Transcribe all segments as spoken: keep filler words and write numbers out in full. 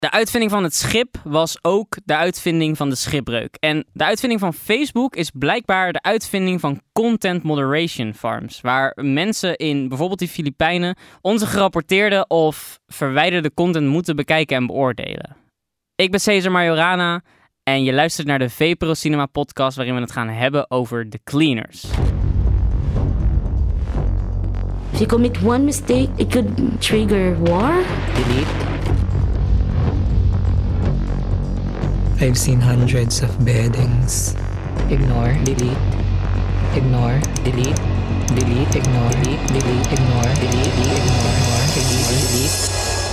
De uitvinding van het schip was ook de uitvinding van de schipbreuk. En de uitvinding van Facebook is blijkbaar de uitvinding van content moderation farms. Waar mensen in bijvoorbeeld die Filipijnen onze gerapporteerde of verwijderde content moeten bekijken en beoordelen. Ik ben Cesar Majorana en je luistert naar de VPRO Cinema podcast waarin we het gaan hebben over The Cleaners. If you commit one mistake, it could trigger war. Delete. I've seen hundreds of beheadings. Ignore. Delete. Ignore. Delete. Delete. Ignore. Delete. Delete. Ignore. Delete. Delete. Ignore. Delete. Delete.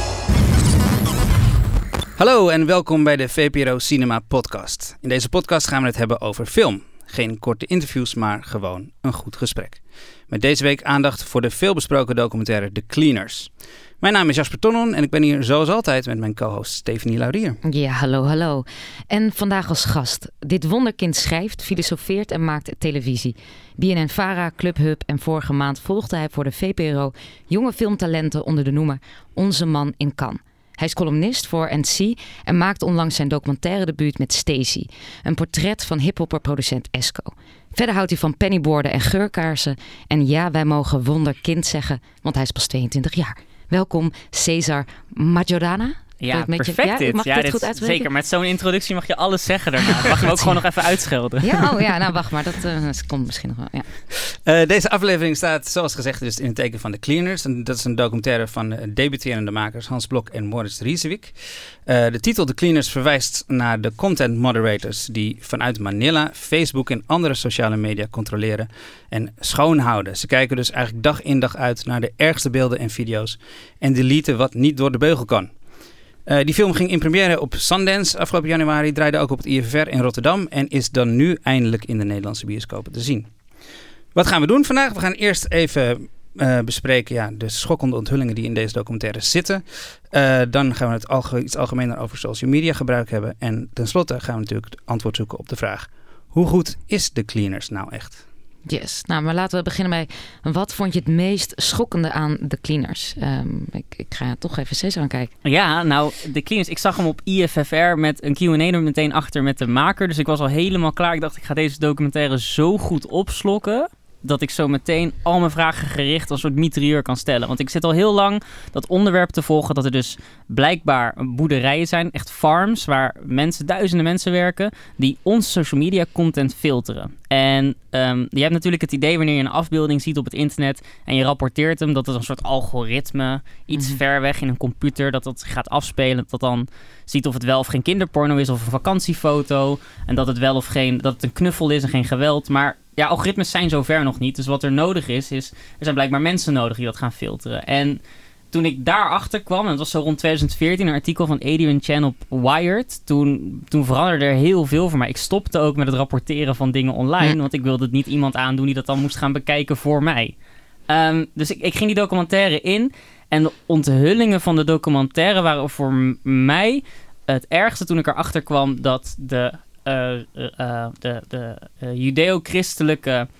Hallo en welkom bij de V P R O Cinema podcast. In deze podcast gaan we het hebben over film. Geen korte interviews, maar gewoon een goed gesprek. Met deze week aandacht voor de veelbesproken documentaire The Cleaners. Mijn naam is Jasper Tonnon en ik ben hier zoals altijd met mijn co-host Stefanie Laurier. Ja, hallo, hallo. En vandaag als gast. Dit wonderkind schrijft, filosofeert en maakt televisie. B N N-Vara, Clubhub en vorige maand volgde hij voor de V P R O jonge filmtalenten onder de noemer Onze Man in Cannes. Hij is columnist voor N C en maakt onlangs zijn documentaire debuut met Stacey. Een portret van hiphopper-producent Esco. Verder houdt hij van pennyboarden en geurkaarsen. En ja, wij mogen wonderkind zeggen, want hij is pas tweeëntwintig jaar. Welkom, Cesar Majorana. Ja, met perfect je, ja, dit. Mag ik ja, dit dit goed uitspreken? Zeker, met zo'n introductie mag je alles zeggen daarna. Dan mag je me ook gewoon nog even uitschelden. Ja, oh ja, nou wacht maar, dat, uh, dat komt misschien nog wel. Ja. Uh, deze aflevering staat, zoals gezegd, dus in het teken van The Cleaners. En dat is een documentaire van uh, debuterende makers Hans Blok en Moritz Riesewijk. Uh, de titel The Cleaners verwijst naar de content moderators die vanuit Manila Facebook en andere sociale media controleren en schoonhouden. Ze kijken dus eigenlijk dag in dag uit naar de ergste beelden en video's en deleten wat niet door de beugel kan. Uh, die film ging in première op Sundance afgelopen januari, draaide ook op het I F R in Rotterdam en is dan nu eindelijk in de Nederlandse bioscopen te zien. Wat gaan we doen vandaag? We gaan eerst even uh, bespreken ja, de schokkende onthullingen die in deze documentaire zitten. Uh, dan gaan we het alge- iets algemener over social media gebruik hebben. En tenslotte gaan we natuurlijk het antwoord zoeken op de vraag: hoe goed is The Cleaners nou echt? Yes, nou, maar laten we beginnen bij wat vond je het meest schokkende aan The Cleaners? Um, ik, ik ga toch even Cesar aan kijken. Ja, nou, The Cleaners, ik zag hem op I F F R met een Q en A er meteen achter met de maker. Dus ik was al helemaal klaar. Ik dacht, ik ga deze documentaire zo goed opslokken dat ik zo meteen al mijn vragen gericht als een soort mitrailleur kan stellen. Want ik zit al heel lang dat onderwerp te volgen dat er dus blijkbaar boerderijen zijn, echt farms, waar mensen, duizenden mensen werken, die onze social media content filteren. En um, je hebt natuurlijk het idee wanneer je een afbeelding ziet op het internet en je rapporteert hem, dat het een soort algoritme, iets mm-hmm. ver weg in een computer, dat dat gaat afspelen, dat dat dan ziet of het wel of geen kinderporno is of een vakantiefoto en dat het wel of geen, dat het een knuffel is en geen geweld, maar ja, algoritmes zijn zover nog niet. Dus wat er nodig is, is... Er zijn blijkbaar mensen nodig die dat gaan filteren. En toen ik daarachter kwam, en dat was zo rond twintig veertien... een artikel van Adrian Chen op Wired. Toen, toen veranderde er heel veel voor mij. Ik stopte ook met het rapporteren van dingen online. Ja. Want ik wilde het niet iemand aandoen die dat dan moest gaan bekijken voor mij. Um, dus ik, ik ging die documentaire in. En de onthullingen van de documentaire waren voor m- mij het ergste toen ik erachter kwam dat de... Uh, uh, de, de uh, judeo-christelijke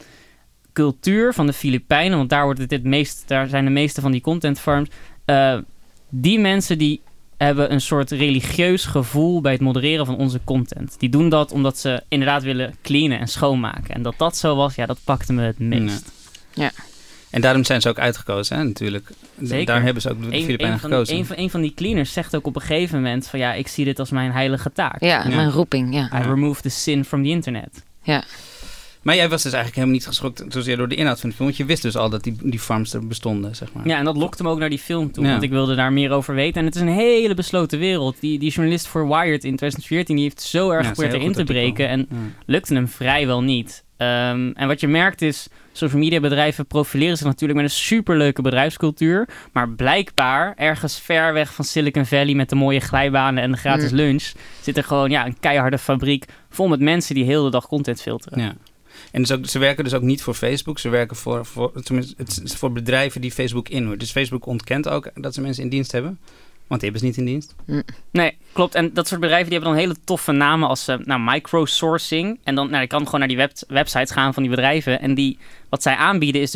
cultuur van de Filipijnen, want daar, wordt het het meest, daar zijn de meeste van die content farms. Uh, die mensen die hebben een soort religieus gevoel bij het modereren van onze content. Die doen dat omdat ze inderdaad willen cleanen en schoonmaken. En dat dat zo was, ja, dat pakte me het meest. Ja. ja. En daarom zijn ze ook uitgekozen, hè, natuurlijk. Zeker. Daar hebben ze ook de Filipijnen gekozen. Een van, een van die cleaners zegt ook op een gegeven moment van ja, ik zie dit als mijn heilige taak. Ja, ja. mijn roeping, ja. I remove the sin from the internet. Ja. Maar jij was dus eigenlijk helemaal niet geschokt zozeer door de inhoud van de film. Want je wist dus al dat die, die farms er bestonden, zeg maar. Ja, en dat lokte me ook naar die film toe. Ja. Want ik wilde daar meer over weten. En het is een hele besloten wereld. Die, die journalist voor Wired in twintig veertien... die heeft zo erg ja, geprobeerd erin te breken. En ja. lukte hem vrijwel niet. Um, en wat je merkt is... social media bedrijven profileren zich natuurlijk met een superleuke bedrijfscultuur. Maar blijkbaar, ergens ver weg van Silicon Valley... met de mooie glijbanen en de gratis mm. lunch... zit er gewoon ja, een keiharde fabriek... vol met mensen die heel de dag content filteren. Ja. En dus ook, ze werken dus ook niet voor Facebook. Ze werken voor, voor, tenminste, het is voor bedrijven die Facebook inhuurt. Dus Facebook ontkent ook dat ze mensen in dienst hebben. Want die hebben ze niet in dienst. Nee, klopt. En dat soort bedrijven die hebben dan hele toffe namen als uh, nou, microsourcing. En dan nou, je kan gewoon naar die web- websites gaan van die bedrijven. En die, wat zij aanbieden is dus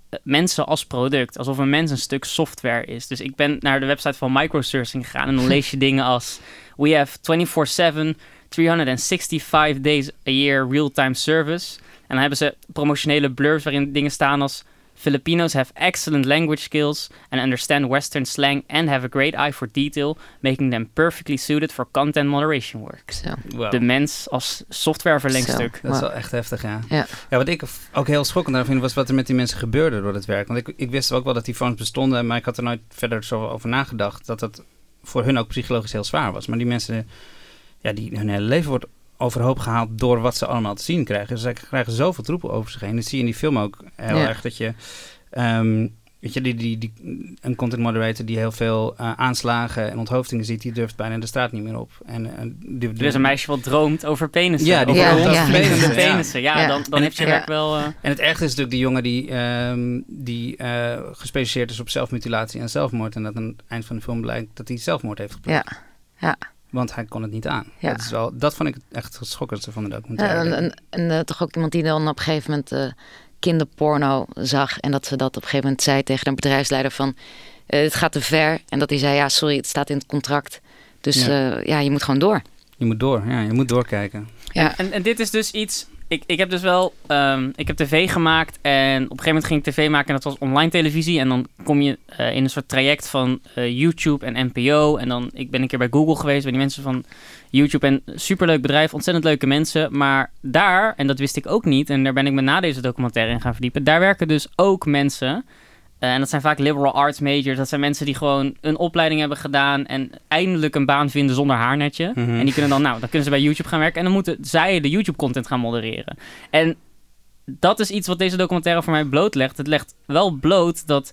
mensen als product. Alsof een mens een stuk software is. Dus ik ben naar de website van microsourcing gegaan en dan lees je dingen als we have twenty-four seven, three sixty-five days a year real-time service. En dan hebben ze promotionele blurbs waarin dingen staan als Filipinos have excellent language skills and understand Western slang and have a great eye for detail, making them perfectly suited for content moderation work. Zo. Wow. De mens als softwareverlengstuk. Dat is wel echt heftig, ja. Ja. Ja, wat ik ook heel schokkend aan vind, was wat er met die mensen gebeurde door het werk. Want ik, ik wist ook wel dat die phones bestonden, maar ik had er nooit verder zo over nagedacht dat het voor hun ook psychologisch heel zwaar was. Maar die mensen, ja, die, hun hele leven wordt overhoop gehaald door wat ze allemaal te zien krijgen. Dus ze krijgen zoveel troepel over zich heen. Dat zie je in die film ook heel Ja. erg, dat je... Um, weet je, die, die, die, een content moderator die heel veel uh, aanslagen en onthoofdingen ziet, die durft bijna de straat niet meer op. En, uh, die, Er is een meisje wat droomt over penissen. Ja, die over droomt honderd over verschillende penissen, ja. penissen. Ja, Ja. dan, dan En heeft je het- werk wel... uh, En het ergste is natuurlijk die jongen die, um, die uh, gespecialiseerd is op zelfmutilatie en zelfmoord. En dat aan het eind van de film blijkt dat hij zelfmoord heeft gepleegd. Ja. Ja. Want hij kon het niet aan. Ja. Dat, is wel, dat vond ik echt het schokkendste van de Ja, documentaire. en en, en uh, toch ook iemand die dan op een gegeven moment uh, kinderporno zag. En dat ze dat op een gegeven moment zei tegen een bedrijfsleider van... Uh, het gaat te ver. En dat hij zei, ja sorry, het staat in het contract. Dus Ja. ja, uh, ja je moet gewoon door. Je moet door, ja, je moet doorkijken. Ja. En, en dit is dus iets... Ik, ik heb dus wel... Um, ik heb tv gemaakt en op een gegeven moment ging ik tv maken en dat was online televisie. En dan kom je uh, in een soort traject van uh, YouTube en N P O. En dan, ik ben een keer bij Google geweest, bij die mensen van YouTube. En superleuk bedrijf, ontzettend leuke mensen. Maar daar, en dat wist ik ook niet, en daar ben ik me na deze documentaire in gaan verdiepen. Daar werken dus ook mensen... Uh, en dat zijn vaak liberal arts majors. Dat zijn mensen die gewoon een opleiding hebben gedaan en eindelijk een baan vinden zonder haarnetje. Mm-hmm. En die kunnen dan, nou, dan kunnen ze bij YouTube gaan werken en dan moeten zij de YouTube-content gaan modereren. En dat is iets wat deze documentaire voor mij blootlegt. Het legt wel bloot dat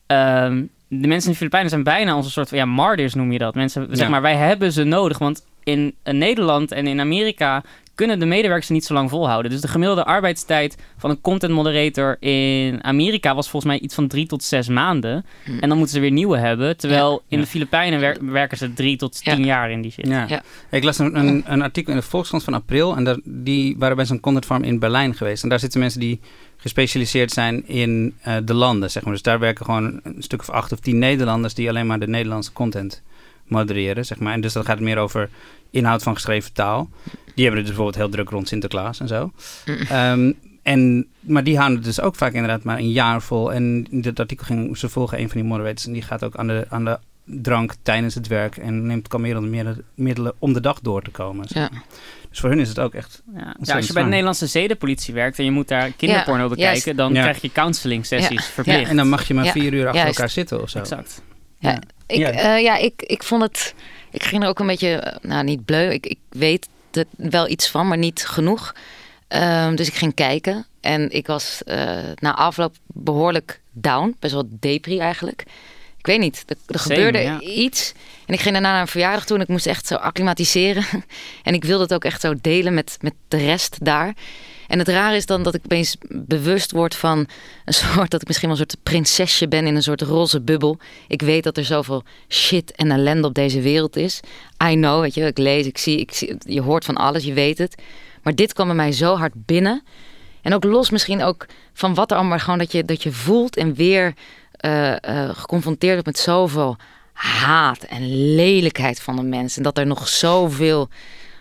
um, de mensen in de Filipijnen zijn bijna onze soort van, ja, martyrs noem je dat. Mensen, zeg Ja. maar, wij hebben ze nodig, want in uh, Nederland en in Amerika kunnen de medewerkers niet zo lang volhouden. Dus de gemiddelde arbeidstijd van een content moderator in Amerika was volgens mij iets van drie tot zes maanden. Hm. En dan moeten ze weer nieuwe hebben. Terwijl Ja. in Ja. de Filipijnen wer- werken ze drie tot Ja. tien jaar in die shit. Ja. Ja. Ik las een, een, een artikel in de Volkskrant van april. En daar, die waren bij zo'n content farm in Berlijn geweest. En daar zitten mensen die gespecialiseerd zijn in uh, de landen, zeg maar. Dus daar werken gewoon een stuk of acht of tien Nederlanders die alleen maar de Nederlandse content modereren, zeg maar. En dus dan gaat het meer over inhoud van geschreven taal. Die hebben het dus bijvoorbeeld heel druk rond Sinterklaas en zo. Um, en, maar die houden het dus ook vaak inderdaad maar een jaar vol. En in dit artikel ging ze volgen een van die moderators. En die gaat ook aan de, aan de drank tijdens het werk. En neemt kalmerende middelen om de dag door te komen. Zeg Ja. maar. Dus voor hun is het ook echt... Ja. Ja, als je zwaar. bij de Nederlandse zedenpolitie werkt en je moet daar kinderporno Ja, bekijken, juist. dan Ja. krijg je counseling sessies Ja. verplicht. Ja. En dan mag je maar Ja, vier uur achter juist. elkaar zitten of zo. Exact. Ja, Ja. ik, Ja. eh, ja, ik, ik vond het... Ik ging er ook een beetje... eh, Nou, niet bleu. Ik, ik weet er wel iets van, maar niet genoeg. Um, dus ik ging kijken. En ik was uh, na afloop behoorlijk down. Best wel depri eigenlijk. Ik weet niet. Er, er Same, gebeurde ja. iets. En ik ging daarna naar een verjaardag toe. En ik moest echt zo acclimatiseren. En ik wilde het ook echt zo delen met, met de rest daar. En het rare is dan dat ik opeens bewust word van een soort... dat ik misschien wel een soort prinsesje ben in een soort roze bubbel. Ik weet dat er zoveel shit en ellende op deze wereld is. I know, weet je, ik lees, ik zie, ik zie, je hoort van alles, je weet het. Maar dit kwam bij mij zo hard binnen. En ook los misschien ook van wat er allemaal... gewoon dat je, dat je voelt en weer uh, uh, geconfronteerd wordt met zoveel haat en lelijkheid van de mensen. En dat er nog zoveel...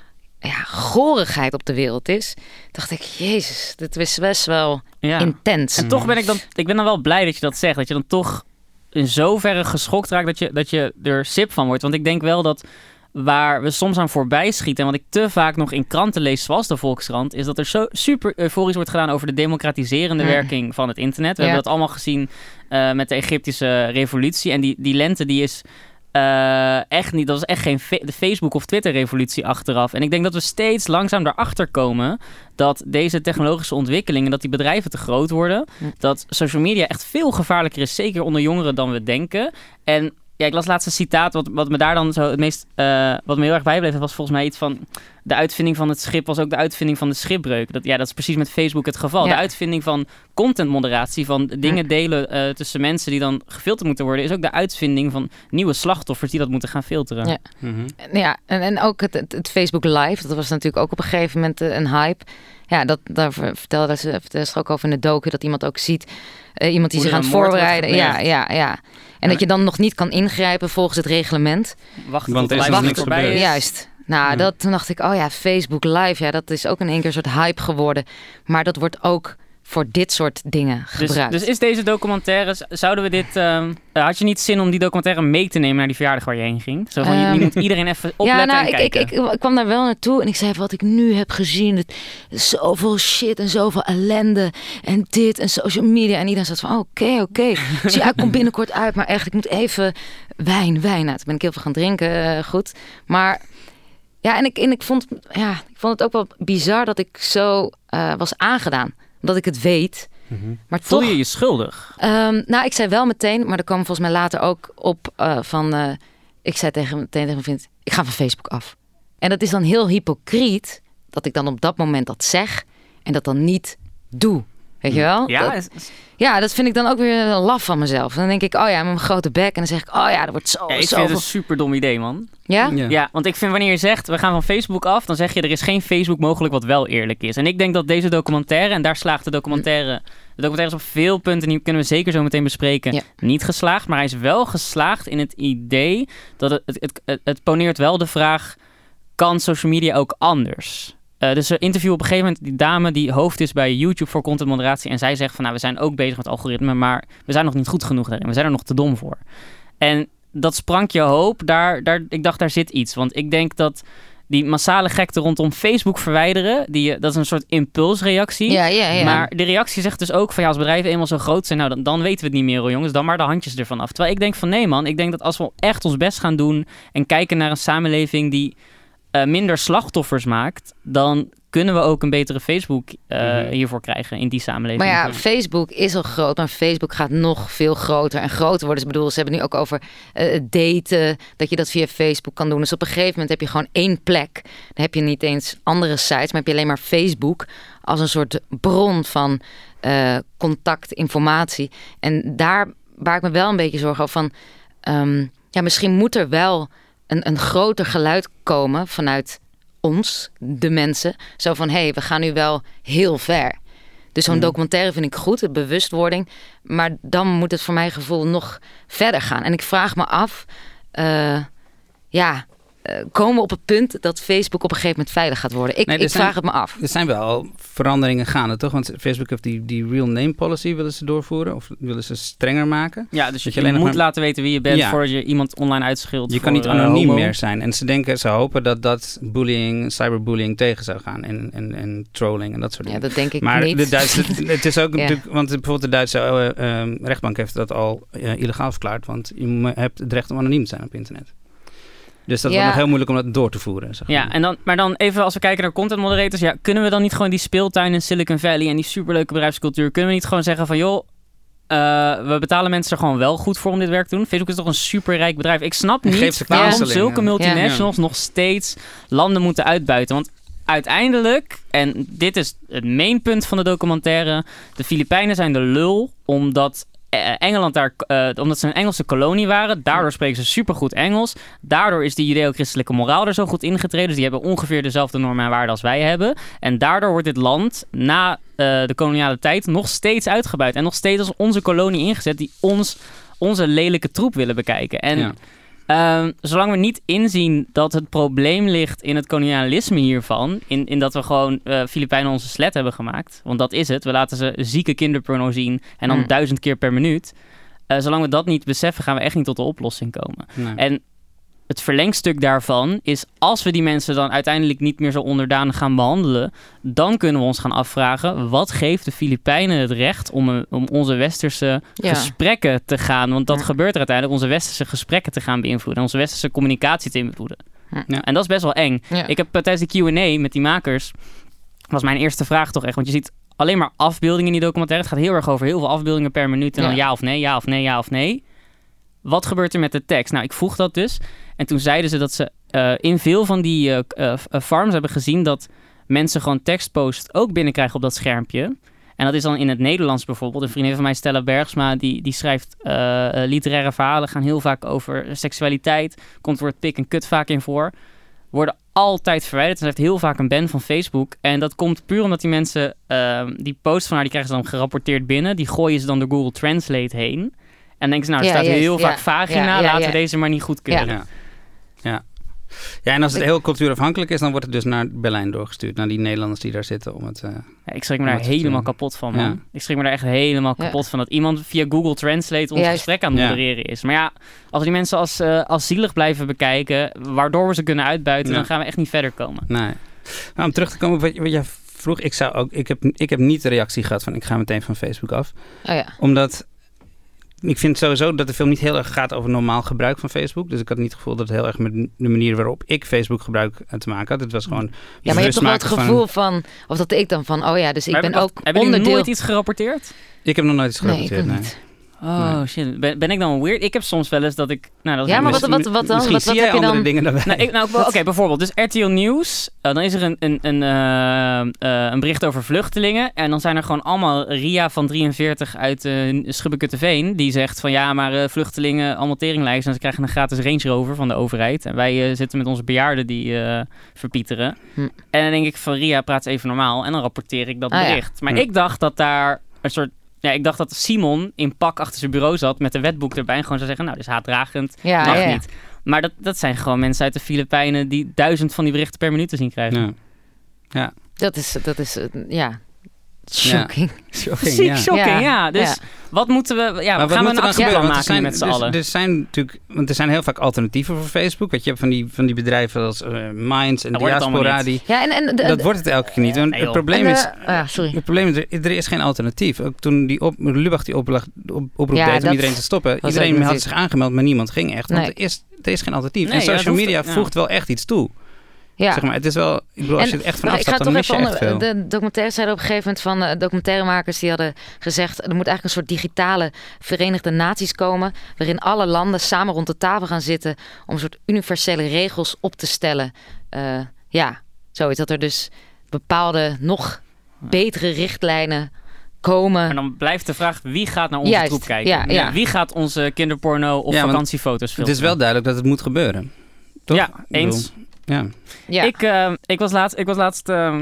ja, gorigheid op de wereld is, dacht ik, jezus, dit is best wel Ja. intens. En toch ben ik dan, ik ben dan wel blij dat je dat zegt. Dat je dan toch in zoverre geschokt raakt dat je, dat je er sip van wordt. Want ik denk wel dat waar we soms aan voorbij schieten en wat ik te vaak nog in kranten lees, zoals de Volkskrant, is dat er zo super euforisch wordt gedaan over de democratiserende Mm. werking van het internet. We Ja. hebben dat allemaal gezien uh, met de Egyptische revolutie. En die, die lente die is... Uh, echt niet, dat is echt geen fe- de Facebook- of Twitter-revolutie achteraf. En ik denk dat we steeds langzaam daarachter komen dat deze technologische ontwikkelingen, dat die bedrijven te groot worden, Hm. dat social media echt veel gevaarlijker is, zeker onder jongeren dan we denken. En Ja, ik las laatst een citaat. Wat, wat me daar dan zo het meest... Uh, wat me heel erg bijbleef, was volgens mij iets van... De uitvinding van het schip was ook de uitvinding van de schipbreuk. Dat, ja, dat is precies met Facebook het geval. Ja. De uitvinding van contentmoderatie, van dingen delen uh, tussen mensen die dan gefilterd moeten worden, is ook de uitvinding van nieuwe slachtoffers die dat moeten gaan filteren. Ja, mm-hmm. ja en, en ook het, het, het Facebook Live, dat was natuurlijk ook op een gegeven moment een hype. Ja, dat, daar vertelde ze, vertelde ze ook over in de docu, dat iemand ook ziet, uh, iemand die Hoe zich aan het voorbereiden. Ja, ja, ja. En ja. dat je dan nog niet kan ingrijpen volgens het reglement. Wacht, want er is nog niks voorbij is. Juist. Nou, ja. dat, toen dacht ik, oh ja, Facebook Live, ja, dat is ook in één keer een soort hype geworden. Maar dat wordt ook voor dit soort dingen gebruikt. Dus, dus is deze documentaire, zouden we dit... Um, had je niet zin om die documentaire mee te nemen naar die verjaardag waar je heen ging? Zo van, um, je, je moet iedereen even opletten ja, nou, en ik, kijken. Ik, ik, ik kwam daar wel naartoe en ik zei, wat ik nu heb gezien, het, zoveel shit en zoveel ellende en dit en social media. En iedereen zat van, oké, okay, oké. Okay. Dus ja, ik kom binnenkort uit, maar echt, ik moet even wijn, wijn. Nou, toen ben ik heel veel gaan drinken, uh, goed. Maar... Ja, en ik, en ik, vond, ja, ik vond het ook wel bizar dat ik zo uh, was aangedaan. Omdat ik het weet. Mm-hmm. Maar Voel toch, je je schuldig? Um, nou, ik zei wel meteen, maar er kwam volgens mij later ook op uh, van... Uh, ik zei tegen, meteen tegen mijn vriend, ik ga van Facebook af. En dat is dan heel hypocriet dat ik dan op dat moment dat zeg en dat dan niet doe. Weet je wel? Ja, dat, is... ja, dat vind ik dan ook weer een laf van mezelf. Dan denk ik, oh ja, met mijn grote bek. En dan zeg ik, oh ja, dat wordt zo... Ja, ik zo vind het een super dom idee, man. Ja? ja? Ja, want ik vind wanneer je zegt, we gaan van Facebook af, dan zeg je, er is geen Facebook mogelijk wat wel eerlijk is. En ik denk dat deze documentaire, en daar slaagt de documentaire... De documentaire is op veel punten, die kunnen we zeker zo meteen bespreken, ja. niet geslaagd. Maar hij is wel geslaagd in het idee dat het, het, het, het, het poneert wel de vraag, kan social media ook anders? Uh, dus ze interviewen op een gegeven moment die dame die hoofd is bij YouTube voor contentmoderatie. En zij zegt van, nou, we zijn ook bezig met algoritme, maar we zijn nog niet goed genoeg daarin. We zijn er nog te dom voor. En dat sprankje hoop, daar, daar, ik dacht, daar zit iets. Want ik denk dat die massale gekte rondom Facebook verwijderen, die, dat is een soort impulsreactie. Ja, ja, ja. Maar de reactie zegt dus ook van, ja, als bedrijven eenmaal zo groot zijn, nou, dan, dan weten we het niet meer, hoor, jongens. Dan maar de handjes ervan af. Terwijl ik denk van, nee, man. Ik denk dat als we echt ons best gaan doen en kijken naar een samenleving die Uh, minder slachtoffers maakt, dan kunnen we ook een betere Facebook uh, mm-hmm. hiervoor krijgen in die samenleving. Maar ja, Facebook is al groot, maar Facebook gaat nog veel groter en groter worden. Dus ik bedoel, ze hebben nu ook over uh, daten, dat je dat via Facebook kan doen. Dus op een gegeven moment heb je gewoon één plek. Dan heb je niet eens andere sites, maar heb je alleen maar Facebook als een soort bron van uh, contact, informatie. En daar waar ik me wel een beetje zorgen over van, um, ja, misschien moet er wel Een, een groter geluid komen vanuit ons, de mensen. Zo van, hé, hey, we gaan nu wel heel ver. Dus zo'n mm. documentaire vind ik goed, de bewustwording. Maar dan moet het voor mijn gevoel nog verder gaan. En ik vraag me af, uh, ja, uh, komen we op het punt dat Facebook op een gegeven moment veilig gaat worden? Ik, nee, ik zijn, vraag het me af. Er zijn wel veranderingen gaande, toch? Want Facebook heeft die, die real name policy willen ze doorvoeren of willen ze strenger maken. Ja, dus je, je, je moet maar laten weten wie je bent ja. voordat je iemand online uitschildt. Je voor, kan niet anoniem uh, meer zijn. En ze denken, ze hopen dat dat bullying, cyberbullying tegen zou gaan en, en, en trolling en dat soort dingen. Ja, dat denk ik maar niet. Maar de Duitse, het is ook ja. natuurlijk, want bijvoorbeeld de Duitse uh, uh, rechtbank heeft dat al uh, illegaal verklaard, want je hebt het recht om anoniem te zijn op internet. Dus dat ja. wordt nog heel moeilijk om dat door te voeren. Zeg maar. Ja, en dan, maar dan even als we kijken naar content moderators. Ja, kunnen we dan niet gewoon die speeltuin in Silicon Valley en die superleuke bedrijfscultuur, kunnen we niet gewoon zeggen van, joh, uh, we betalen mensen er gewoon wel goed voor om dit werk te doen. Facebook is toch een superrijk bedrijf. Ik snap niet waarom zulke multinationals ja. nog steeds landen moeten uitbuiten. Want uiteindelijk, en dit is het mainpunt van de documentaire, de Filipijnen zijn de lul omdat Engeland daar, uh, omdat ze een Engelse kolonie waren. Daardoor spreken ze supergoed Engels. Daardoor is die judeo-christelijke moraal er zo goed ingetreden. Dus die hebben ongeveer dezelfde normen en waarden als wij hebben. En daardoor wordt dit land na uh, de koloniale tijd nog steeds uitgebuit. En nog steeds als onze kolonie ingezet die ons, onze lelijke troep willen bekijken. En ja. Uh, zolang we niet inzien dat het probleem ligt in het kolonialisme hiervan, in, in dat we gewoon uh, Filipijnen onze slet hebben gemaakt, want dat is het. We laten ze zieke kinderporno zien en dan mm. duizend keer per minuut. Uh, zolang we dat niet beseffen, gaan we echt niet tot de oplossing komen. Nee. En het verlengstuk daarvan is, als we die mensen dan uiteindelijk niet meer zo onderdanig gaan behandelen, dan kunnen we ons gaan afvragen, wat geeft de Filipijnen het recht om, om onze westerse ja. gesprekken te gaan, want dat ja. gebeurt er uiteindelijk, onze westerse gesprekken te gaan beïnvloeden, onze westerse communicatie te beïnvloeden. Ja. En dat is best wel eng. Ja. Ik heb uh, tijdens de Q en A met die makers, was mijn eerste vraag toch echt, want je ziet alleen maar afbeeldingen in die documentaire. Het gaat heel erg over heel veel afbeeldingen per minuut en ja. dan ja of nee, ja of nee, ja of nee. wat gebeurt er met de tekst? Nou, ik vroeg dat dus. En toen zeiden ze dat ze uh, in veel van die uh, uh, farms hebben gezien dat mensen gewoon tekstpost ook binnenkrijgen op dat schermpje. En dat is dan in het Nederlands bijvoorbeeld. Een vriendin van mij, Stella Bergsma, die, die schrijft uh, uh, literaire verhalen. Gaan heel vaak over seksualiteit. Komt het woord pik en kut vaak in voor. Worden altijd verwijderd. Ze heeft heel vaak een ban van Facebook. En dat komt puur omdat die mensen, uh, die post van haar, die krijgen ze dan gerapporteerd binnen. Die gooien ze dan door Google Translate heen. En dan denken ze, nou, er Ja, staat juist, heel ja. vaak vagina. Ja, ja, laten ja. we deze maar niet goedkeuren. Ja. Ja. Ja, en als het heel cultuurafhankelijk is, dan wordt het dus naar Berlijn doorgestuurd. Naar die Nederlanders die daar zitten om het... Uh, Ja, ik schrik me om daar het te helemaal doen. kapot van, man. Ja. Ik schrik me daar echt helemaal Ja. kapot van. Dat iemand via Google Translate ons Juist. gesprek aan het Ja. modereren is. Maar ja, als die mensen als, uh, als zielig blijven bekijken, waardoor we ze kunnen uitbuiten, Ja. dan gaan we echt niet verder komen. nee. Maar om terug te komen op wat, wat jij vroeg. Ik, zou ook, ik, heb, ik heb niet de reactie gehad van ik ga meteen van Facebook af. Oh ja. Omdat... Ik vind sowieso dat de film niet heel erg gaat over normaal gebruik van Facebook. Dus ik had niet het gevoel dat het heel erg met de manier waarop ik Facebook gebruik te maken had. Het was gewoon... Ja, maar je hebt toch wel het bewust maken gevoel van... Of dat ik dan van, oh ja, dus ik Maar ben wacht, ook hebben jullie onderdeel... nooit iets gerapporteerd? Ik heb nog nooit iets Nee, ik gerapporteerd, ook nee. niet. Oh Nee. shit, ben, ben ik dan weird? Ik heb soms wel eens dat ik... Nou, dat is Ja, maar wat, mis- wat, wat dan? Misschien Wat, zie wat jij heb je andere dan? dingen dan wij. Nou, ik- nou, oké, okay, bijvoorbeeld. Dus R T L Nieuws. Uh, dan is er een, een, een, uh, uh, een bericht over vluchtelingen. En dan zijn er gewoon allemaal Ria van drieënveertig uit uh, Schubbekutteveen. Die zegt van ja, maar uh, vluchtelingen, allemaal teringlijsten. En ze krijgen een gratis Range Rover van de overheid. En wij uh, zitten met onze bejaarden die uh, verpieteren. Hm. En dan denk ik van Ria, praat eens even normaal. En dan rapporteer ik dat Ah, ja. bericht. Maar Hm. ik dacht dat daar een soort... Ja, ik dacht dat Simon in pak achter zijn bureau zat met een wetboek erbij. En gewoon zou zeggen, nou, dit is haatdragend. Ja, Mag ja, ja. niet. Maar dat, dat zijn gewoon mensen uit de Filipijnen die duizend van die berichten per minuut te zien krijgen. Ja. Dat is, dat is, uh, ja, shocking. Shocking, Ziek ja. shocking, ja. Ja, Dus ja. wat moeten we... Ja, Maar gaan we een moet er dan actieplan gebeuren? Want maken er met z'n dus, allen? Er zijn natuurlijk, want er zijn heel vaak alternatieven voor Facebook. Weet je, je hebt van die, van die bedrijven als uh, Minds en Dat wordt het allemaal Diaspora. niet. Die, Ja, en, en de, dat wordt het elke keer niet. Want Nee, het joh. probleem en, is... uh, ja, sorry. Het probleem is, er, er is geen alternatief. Ook toen die op, Lubach die oproep, op, oproep Ja, deed om dat iedereen te stoppen. was Iedereen ook had natuurlijk- zich aangemeld, maar niemand ging echt. Want Nee. er, is, er is geen alternatief. Nee, en ja, dat social hoeft- media ja. voegt wel echt iets toe. Ja. Zeg maar, het is wel... Ik bedoel, als En- je het echt van Maar ik ga afstapt, toch dan mis even je echt onder veel. de documentaire zeiden op een gegeven moment van uh, documentairemakers die hadden gezegd er moet eigenlijk een soort digitale Verenigde Naties komen waarin alle landen samen rond de tafel gaan zitten om een soort universele regels op te stellen. Uh, ja, zoiets dat er dus bepaalde nog betere richtlijnen komen. Maar dan blijft de vraag, wie gaat naar onze Juist, troep kijken? ja, ja. Wie gaat onze kinderporno of Ja, want vakantiefoto's Het filmen? is wel duidelijk dat het moet gebeuren. Toch? Ja, Ik bedoel, eens. Ja. Ja. Ik, uh, ik was laatst... Ik, was laatst uh,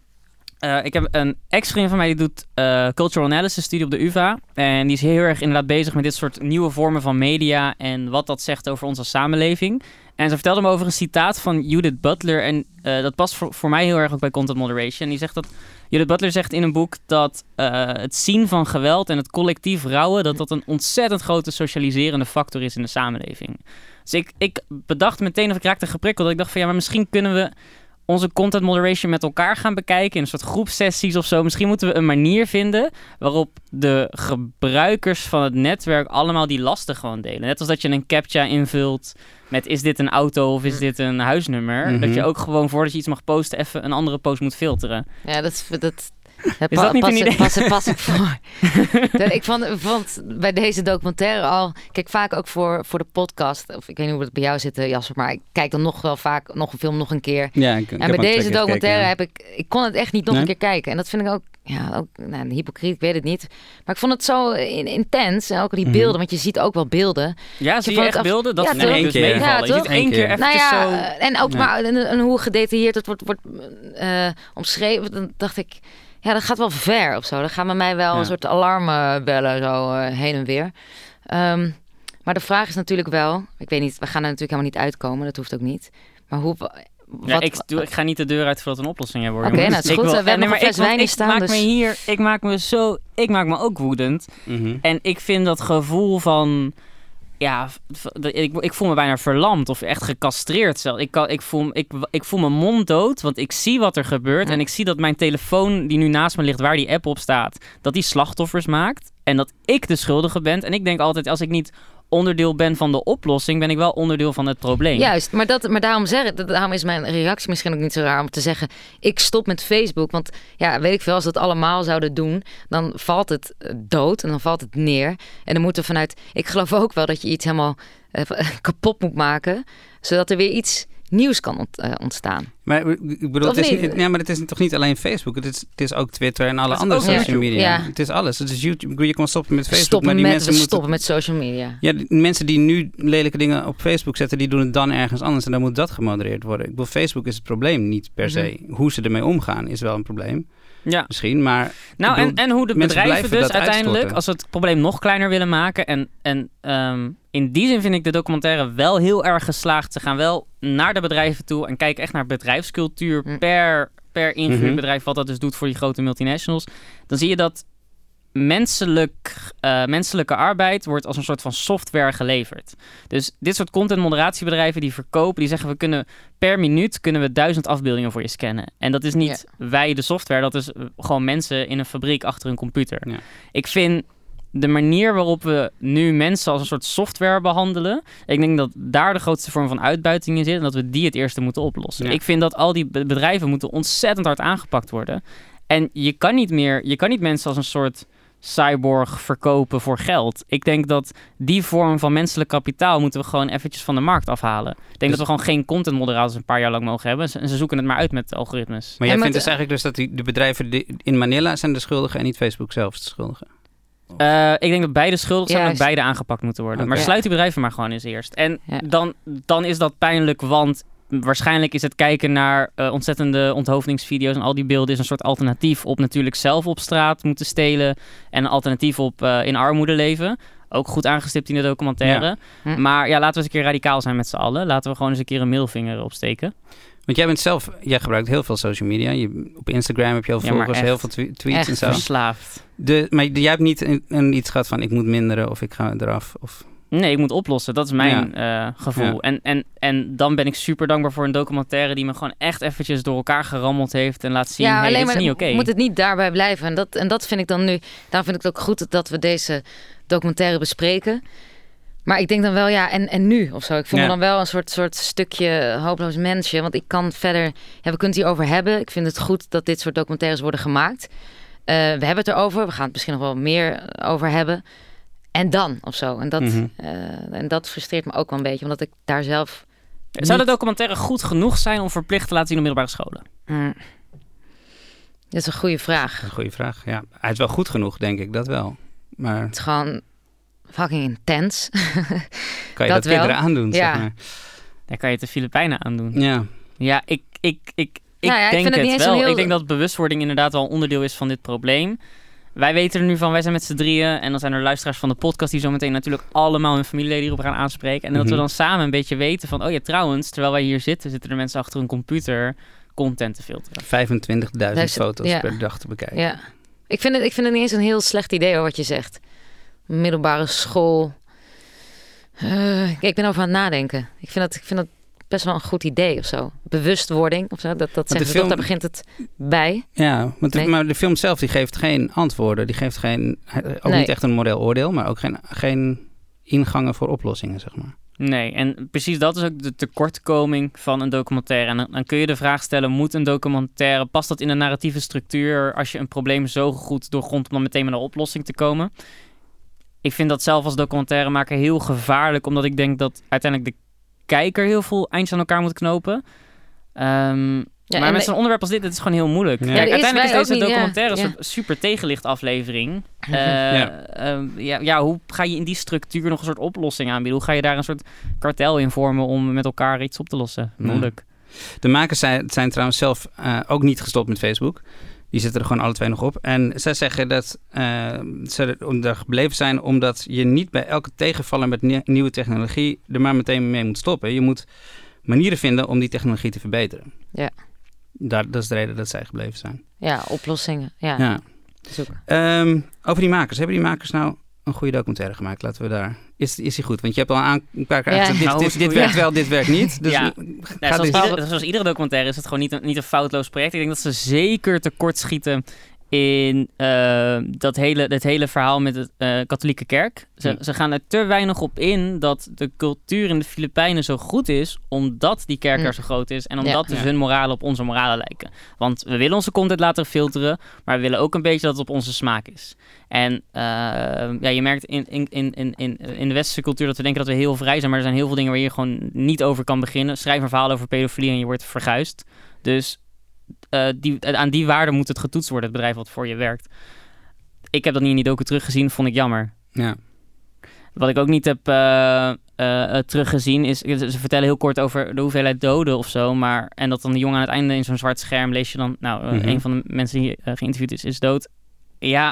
uh, ik heb een ex-vriend van mij die doet uh, cultural analysis studie op de U vA. En die is heel erg inderdaad bezig met dit soort nieuwe vormen van media en wat dat zegt over onze samenleving. En ze vertelde me over een citaat van Judith Butler. En uh, dat past voor, voor mij heel erg ook bij content moderation. Die zegt dat... Judith Butler zegt in een boek dat uh, het zien van geweld en het collectief rouwen, dat dat een ontzettend grote socialiserende factor is in de samenleving. Dus ik, ik bedacht meteen, of ik raakte geprikkeld, dat ik dacht van ja, maar misschien kunnen we onze content moderation met elkaar gaan bekijken in een soort groepsessies of zo. Misschien moeten we een manier vinden waarop de gebruikers van het netwerk allemaal die lasten gewoon delen. Net als dat je een captcha invult met is dit een auto of is dit een huisnummer. Mm-hmm. Dat je ook gewoon voordat je iets mag posten even een andere post moet filteren. Ja, dat, dat, Is dat niet pas, een idee? Pas, pas, pas ik voor. Dat, ik vond, vond bij deze documentaire al... Kijk, vaak ook voor, voor de podcast... Of ik weet niet hoe het bij jou zit, Jasper... Maar ik kijk dan nog wel vaak nog een film nog een keer. Ja, ik, ik En heb bij ook twee deze keer documentaire gekeken, heb ik... Ik kon het echt niet nog Nee? een keer kijken. En dat vind ik ook... Ja, ook nou, hypocriet, ik weet het niet. Maar ik vond het zo in, intens. En ook die beelden, Mhm. want je ziet ook wel beelden. Ja, zie je vond echt het af- beelden? Dat Ja, vind toch? ik Eén dus keer. meevallen. Ja, je ziet toch? één Eén keer keer. even Nou ja, zo... eh, en ook Ja. maar en, en hoe gedetailleerd het wordt, wordt uh, omschreven. Dan dacht ik, ja, dat gaat wel ver of zo. Dan gaan bij mij wel Ja. een soort alarmen bellen, zo uh, heen en weer. Um, maar de vraag is natuurlijk wel, ik weet niet, we gaan er natuurlijk helemaal niet uitkomen. Dat hoeft ook niet. Maar hoe... Ja, Wat, ik, doe, ik ga niet de deur uit voordat een oplossing er wordt. Oké, jongens. nou, het is Ik goed. wil- We hebben nee, nog een maar fles ik- wijn ik hier staan, maak dus- me hier, ik maak me zo, ik maak me ook woedend. Mhm. En ik vind dat gevoel van, ja, v- dat- ik, ik voel me bijna verlamd of echt gecastreerd zelf. Ik, kan, ik, voel, ik, ik voel mijn mond dood, want ik zie wat er gebeurt. Ja. En ik zie dat mijn telefoon die nu naast me ligt, waar die app op staat, dat die slachtoffers maakt. En dat ik de schuldige ben. En ik denk altijd, als ik niet onderdeel ben van de oplossing, ben ik wel onderdeel van het probleem. Juist, maar, dat, maar daarom, zeggen, daarom is mijn reactie misschien ook niet zo raar om te zeggen, ik stop met Facebook. Want ja, weet ik veel, als we dat allemaal zouden doen, dan valt het dood en dan valt het neer. En dan moeten we vanuit, ik geloof ook wel dat je iets helemaal uh, kapot moet maken, zodat er weer iets nieuws kan ont, uh, ontstaan. Maar ik bedoel, het is, niet, ja, maar het is toch niet alleen Facebook? Het is, het is ook Twitter en alle andere social media. Ja. Het is alles. Het is YouTube. Je kan stoppen met Facebook. Stoppen maar die met, mensen we moeten, stoppen met social media. Ja, die mensen die nu lelijke dingen op Facebook zetten, die doen het dan ergens anders. En dan moet dat gemodereerd worden. Ik bedoel, Facebook is het probleem niet per se. Mm-hmm. Hoe ze ermee omgaan is wel een probleem. Ja. Misschien, maar... Nou, bedoel, en, en hoe de bedrijven dus uiteindelijk, uitstorten. Als we het probleem nog kleiner willen maken... en, en um, in die zin vind ik de documentaire wel heel erg geslaagd. Ze gaan wel naar de bedrijven toe en kijken echt naar bedrijfscultuur... Mm. per, per ingehuurd mm-hmm. bedrijf, wat dat dus doet voor die grote multinationals. Dan zie je dat menselijk, uh, menselijke arbeid wordt als een soort van software geleverd. Dus dit soort content moderatiebedrijven die verkopen, die zeggen we kunnen per minuut kunnen we duizend afbeeldingen voor je scannen. En dat is niet ja. wij de software, dat is gewoon mensen in een fabriek achter een computer. Ja. Ik vind de manier waarop we nu mensen als een soort software behandelen, ik denk dat daar de grootste vorm van uitbuiting in zit en dat we die het eerste moeten oplossen. Ja. Ik vind dat al die bedrijven moeten ontzettend hard aangepakt worden. En je kan niet meer, je kan niet mensen als een soort cyborg verkopen voor geld. Ik denk dat die vorm van menselijk kapitaal moeten we gewoon eventjes van de markt afhalen. Ik denk dus dat we gewoon geen content moderators een paar jaar lang mogen hebben. En ze zoeken het maar uit met algoritmes. Maar jij vindt dus eigenlijk dus dat die, de bedrijven in Manila zijn de schuldigen en niet Facebook zelf de schuldigen? Uh, ik denk dat beide schuldig zijn en dat beide aangepakt moeten worden. Okay. Maar sluit die bedrijven maar gewoon eens eerst. En ja. dan, dan is dat pijnlijk, want waarschijnlijk is het kijken naar uh, ontzettende onthoofdingsvideo's en al die beelden is een soort alternatief op natuurlijk zelf op straat moeten stelen en een alternatief op uh, in armoede leven. Ook goed aangestipt in de documentaire. Ja. Hm. Maar ja, laten we eens een keer radicaal zijn met z'n allen. Laten we gewoon eens een keer een middelvinger opsteken. Want jij bent zelf, jij gebruikt heel veel social media. Je, op Instagram heb je heel veel ja, volgers, heel veel tw- tweets echt en zo. Verslaafd. De, maar jij hebt niet een, een iets gehad van ik moet minderen of ik ga eraf of... Nee, ik moet oplossen. Dat is mijn ja. uh, gevoel. Ja. En, en, en dan ben ik super dankbaar voor een documentaire die me gewoon echt eventjes door elkaar gerammeld heeft en laat zien, ja, hey, dit is niet oké. Okay. Moet het niet daarbij blijven. En dat, en dat vind ik dan nu, daarom vind ik het ook goed dat we deze documentaire bespreken. Maar ik denk dan wel, ja, en, en nu of zo. Ik voel ja. me dan wel een soort, soort stukje hopeloos mensje. Want ik kan verder, ja, we kunnen het hierover hebben. Ik vind het goed dat dit soort documentaires worden gemaakt. Uh, we hebben het erover. We gaan het misschien nog wel meer over hebben. En dan, of zo. En dat, mm-hmm. uh, en dat frustreert me ook wel een beetje, omdat ik daar zelf... Niet... Zou de documentaire goed genoeg zijn om verplicht te laten zien op middelbare scholen? Mm. Dat is een goede vraag. Een goede vraag, ja. Hij is wel goed genoeg, denk ik, dat wel. Maar... Het is gewoon fucking intens. Kan je dat, dat kinderen aandoen, ja. zeg maar. Daar kan je het de Filipijnen aandoen. Ja. Ja, ik, ik, ik, ik nou ja, denk ik het, het wel. Heel... Ik denk dat bewustwording inderdaad wel een onderdeel is van dit probleem. Wij weten er nu van, wij zijn met z'n drieën. En dan zijn er luisteraars van de podcast die zo meteen natuurlijk allemaal hun familieleden hierop gaan aanspreken. En mm-hmm. dat we dan samen een beetje weten van, oh ja, trouwens, terwijl wij hier zitten, zitten er mensen achter een computer content te filteren. vijfentwintigduizend foto's ja. per dag te bekijken. Ja. Ik vind, het, ik vind het niet eens een heel slecht idee hoor, wat je zegt. Middelbare school. Uh, ik ben over aan het nadenken. Ik vind dat, ik vind dat best wel een goed idee of zo. Bewustwording of zo. Dat, dat zeggen film, dat, daar begint het bij. Ja, want nee. de, maar de film zelf die geeft geen antwoorden. Die geeft geen, ook nee. niet echt een moreel oordeel, maar ook geen, geen ingangen voor oplossingen, zeg maar. Nee, en precies dat is ook de tekortkoming van een documentaire. En dan, dan kun je de vraag stellen, moet een documentaire, past dat in een narratieve structuur als je een probleem zo goed doorgrondt om dan meteen met een oplossing te komen? Ik vind dat zelf als documentairemaker heel gevaarlijk, omdat ik denk dat uiteindelijk de kijker heel veel eindjes aan elkaar moet knopen. Um, ja, maar met zo'n onderwerp als dit, het is gewoon heel moeilijk. Ja. Kijk, ja, uiteindelijk is deze niet, documentaire ja. een super tegenlicht aflevering. Uh, ja. Uh, ja, ja, hoe ga je in die structuur nog een soort oplossing aanbieden? Hoe ga je daar een soort kartel in vormen om met elkaar iets op te lossen? Moeilijk. Ja. De makers zijn, zijn trouwens zelf uh, ook niet gestopt met Facebook. Die zitten er gewoon alle twee nog op. En zij zeggen dat uh, ze er gebleven zijn omdat je niet bij elke tegenvaller met nie- nieuwe technologie er maar meteen mee moet stoppen. Je moet manieren vinden om die technologie te verbeteren. Ja. Daar, dat is de reden dat zij gebleven zijn. Ja, oplossingen. Ja. ja. Um, over die makers. Hebben die makers nou een goede documentaire gemaakt? Laten we daar... Is, is die goed? Want je hebt al een, een paar keer ja. gezegd, dit, nou, dit, dit werkt wel, dit werkt niet. Dus ja. Ja, zoals, ieder, zoals iedere documentaire is het gewoon niet een, niet een foutloos project. Ik denk dat ze zeker tekortschieten in uh, dat hele, het hele verhaal met de uh, katholieke kerk. Ze, Hm. ze gaan er te weinig op in dat de cultuur in de Filipijnen zo goed is, omdat die kerk Hm. er zo groot is en omdat Ja. dus hun moralen op onze moralen lijken. Want we willen onze content laten filteren, maar we willen ook een beetje dat het op onze smaak is. En uh, ja, je merkt in, in, in, in, in de westerse cultuur dat we denken dat we heel vrij zijn, maar er zijn heel veel dingen waar je gewoon niet over kan beginnen. Schrijf een verhaal over pedofilie en je wordt verguisd. Dus uh, die, aan die waarde moet het getoetst worden, het bedrijf wat voor je werkt. Ik heb dat niet in die docu teruggezien, vond ik jammer. Ja. Wat ik ook niet heb uh, uh, teruggezien is, ze vertellen heel kort over de hoeveelheid doden of zo, maar en dat dan de jongen aan het einde in zo'n zwart scherm lees je dan, nou, uh, Mm-hmm. een van de mensen die uh, geïnterviewd is, is dood. Ja,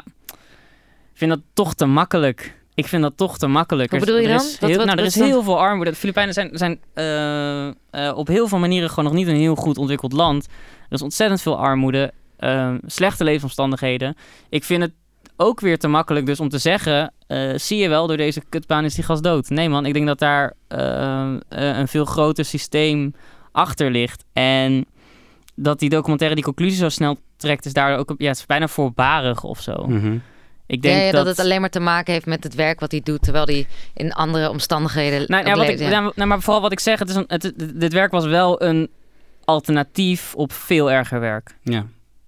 ik vind dat toch te makkelijk. Ik vind dat toch te makkelijk. Hoe Er is- bedoel je er dan? is Wat- heel, wat- nou, er wat is is heel dan? veel armoede. De Filipijnen zijn, zijn uh, uh, op heel veel manieren gewoon nog niet een heel goed ontwikkeld land. Er is ontzettend veel armoede, uh, slechte leefomstandigheden. Ik vind het ook weer te makkelijk dus om te zeggen, uh, zie je wel, door deze kutbaan is die gast dood. Nee man, ik denk dat daar uh, uh, een veel groter systeem achter ligt. En dat die documentaire die conclusie zo snel trekt, is daar ook, ja, het is bijna voorbarig of zo. Mm-hmm. Ik denk ja, ja, dat... dat het alleen maar te maken heeft met het werk wat hij doet, terwijl hij in andere omstandigheden Nou, ja, wat ik, leeft, nou, nou, maar vooral wat ik zeg, het is een, het, het- dit werk was wel een alternatief op veel erger werk. Ja.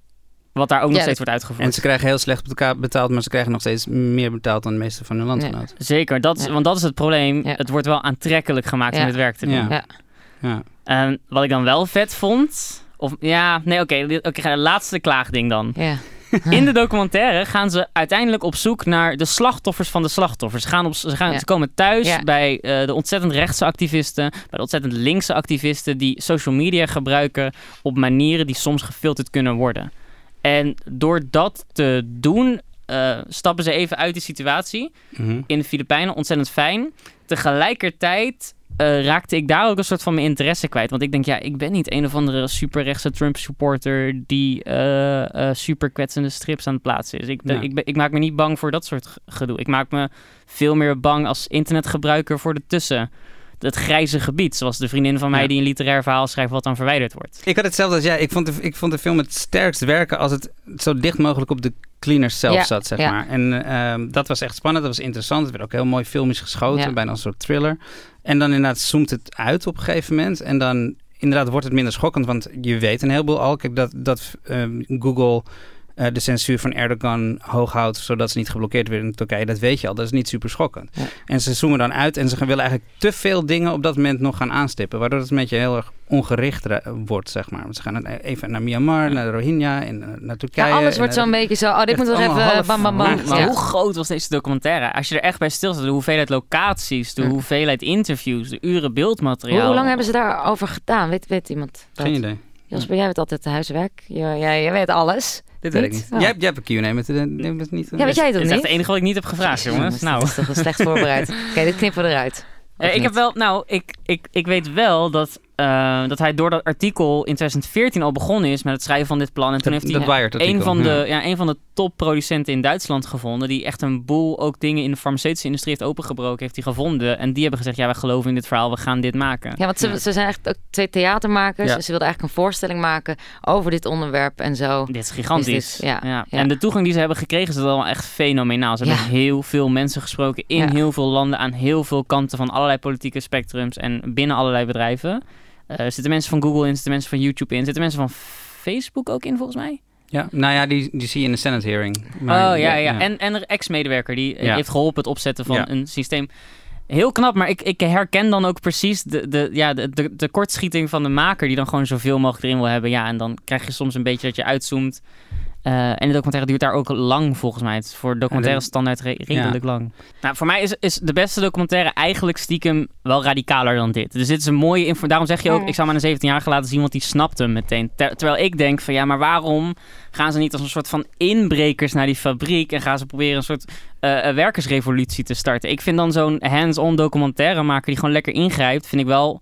Wat daar ook nog Ja, steeds dat- wordt uitgevoerd. En ze krijgen heel slecht beta- betaald, maar ze krijgen nog steeds meer betaald dan de meeste van hun landgenoten. Zeker, dat is, Ja. want dat is het probleem. Ja. Het wordt wel aantrekkelijk gemaakt Ja. om dit werk te doen. Ja. Ja. Ja. En wat ik dan wel vet vond, of ja, nee, oké, okay, oké, okay, laatste klaagding dan. Ja. In de documentaire gaan ze uiteindelijk op zoek naar de slachtoffers van de slachtoffers. Ze, gaan op, ze, gaan, Ja. ze komen thuis Ja. bij uh, de ontzettend rechtse activisten, bij de ontzettend linkse activisten die social media gebruiken op manieren die soms gefilterd kunnen worden. En door dat te doen, uh, stappen ze even uit die situatie Mhm. in de Filipijnen. Ontzettend fijn. Tegelijkertijd uh, raakte ik daar ook een soort van mijn interesse kwijt. Want ik denk, ja, ik ben niet een of andere superrechtse Trump-supporter die uh, uh, super kwetsende strips aan het plaatsen is. Ik, Ja. ik, ben, ik maak me niet bang voor dat soort g- gedoe. Ik maak me veel meer bang als internetgebruiker voor de tussen. Het grijze gebied, zoals de vriendin van mij Ja. die een literair verhaal schrijft wat dan verwijderd wordt. Ik had hetzelfde als jij. Ik vond, de, ik vond de film het sterkst werken als het zo dicht mogelijk op de cleaners zelf Ja, zat, zeg ja. maar. En uh, dat was echt spannend, dat was interessant. Het werd ook heel mooi filmisch geschoten, Ja. bijna een soort thriller. En dan inderdaad zoomt het uit op een gegeven moment. En dan inderdaad wordt het minder schokkend, want je weet een heleboel al. Kijk, dat, dat um, Google uh, de censuur van Erdogan hoog houdt, zodat ze niet geblokkeerd werden in Turkije, dat weet je al. Dat is niet super schokkend. Ja. En ze zoomen dan uit en ze gaan, willen eigenlijk te veel dingen op dat moment nog gaan aanstippen, waardoor het een beetje heel erg ongericht ra- wordt, zeg maar. Want ze gaan dan even naar Myanmar, naar de Rohingya en uh, naar Turkije. Ja, alles en wordt naar- zo'n beetje zo, oh, dit echt moet nog allemaal even half- bam, bam, bam. Maar- Maar, maar Ja. hoe groot was deze documentaire? Als je er echt bij stilstaat, de hoeveelheid locaties, de Ja. hoeveelheid interviews, de uren beeldmateriaal. Hoe, hoe lang hebben ze daarover gedaan? Weet, weet iemand dat? Geen idee. Jasper, jij weet altijd het huiswerk. Jij, jij, jij weet alles. Dit weet ik Niet? niet. Oh. Jij, hebt- jij hebt een Q en A met de... Nee, met niet, Ja, weet jij het Dat ook is echt niet? het enige wat ik niet heb gevraagd, jongens. Nou, Dat is toch wel slecht voorbereid. Oké, dit knippen we eruit. Eh, Of ik heb niet? wel, nou, ik, ik, ik weet wel dat, uh, dat hij door dat artikel in twintig veertien al begonnen is met het schrijven van dit plan. En toen Dat- heeft hij dat Wired-artikel, een van, de, ja. ja, een van de topproducenten in Duitsland gevonden, die echt een boel ook dingen in de farmaceutische industrie heeft opengebroken, heeft hij gevonden. En die hebben gezegd, ja, wij geloven in dit verhaal, we gaan dit maken. Ja, want ze, Ja. ze zijn echt ook twee theatermakers. Ja. Ze wilden eigenlijk een voorstelling maken over dit onderwerp en zo. Dit is gigantisch. Is dit- ja, ja. En de toegang die ze hebben gekregen is wel echt fenomenaal. Ze hebben Ja. heel veel mensen gesproken in Ja. heel veel landen, aan heel veel kanten van allerlei politieke spectrums en binnen allerlei bedrijven. Uh, er zitten mensen van Google in, zitten mensen van YouTube in, zitten mensen van Facebook ook in volgens mij. Ja, nou ja, die, die zie je in de Senate hearing. Maar, oh ja, ja. En, en een ex-medewerker die Ja. heeft geholpen het opzetten van Ja. een systeem. Heel knap, maar ik, ik herken dan ook precies de, de, ja, de, de, de kortschieting van de maker die dan gewoon zoveel mogelijk erin wil hebben. Ja, en dan krijg je soms een beetje dat je uitzoomt. Uh, en de documentaire duurt daar ook lang volgens mij. Het is voor documentaire standaard re- redelijk Ja. lang. Nou, voor mij is, is de beste documentaire eigenlijk stiekem wel radicaler dan dit. Dus dit is een mooie info. Daarom zeg je ook, Mm. ik zou maar een zeventienjarige laten zien, want die snapt hem meteen. Ter- terwijl ik denk van ja, maar waarom gaan ze niet als een soort van inbrekers naar die fabriek en gaan ze proberen een soort uh, werkersrevolutie te starten? Ik vind dan zo'n hands-on documentairemaker die gewoon lekker ingrijpt, vind ik wel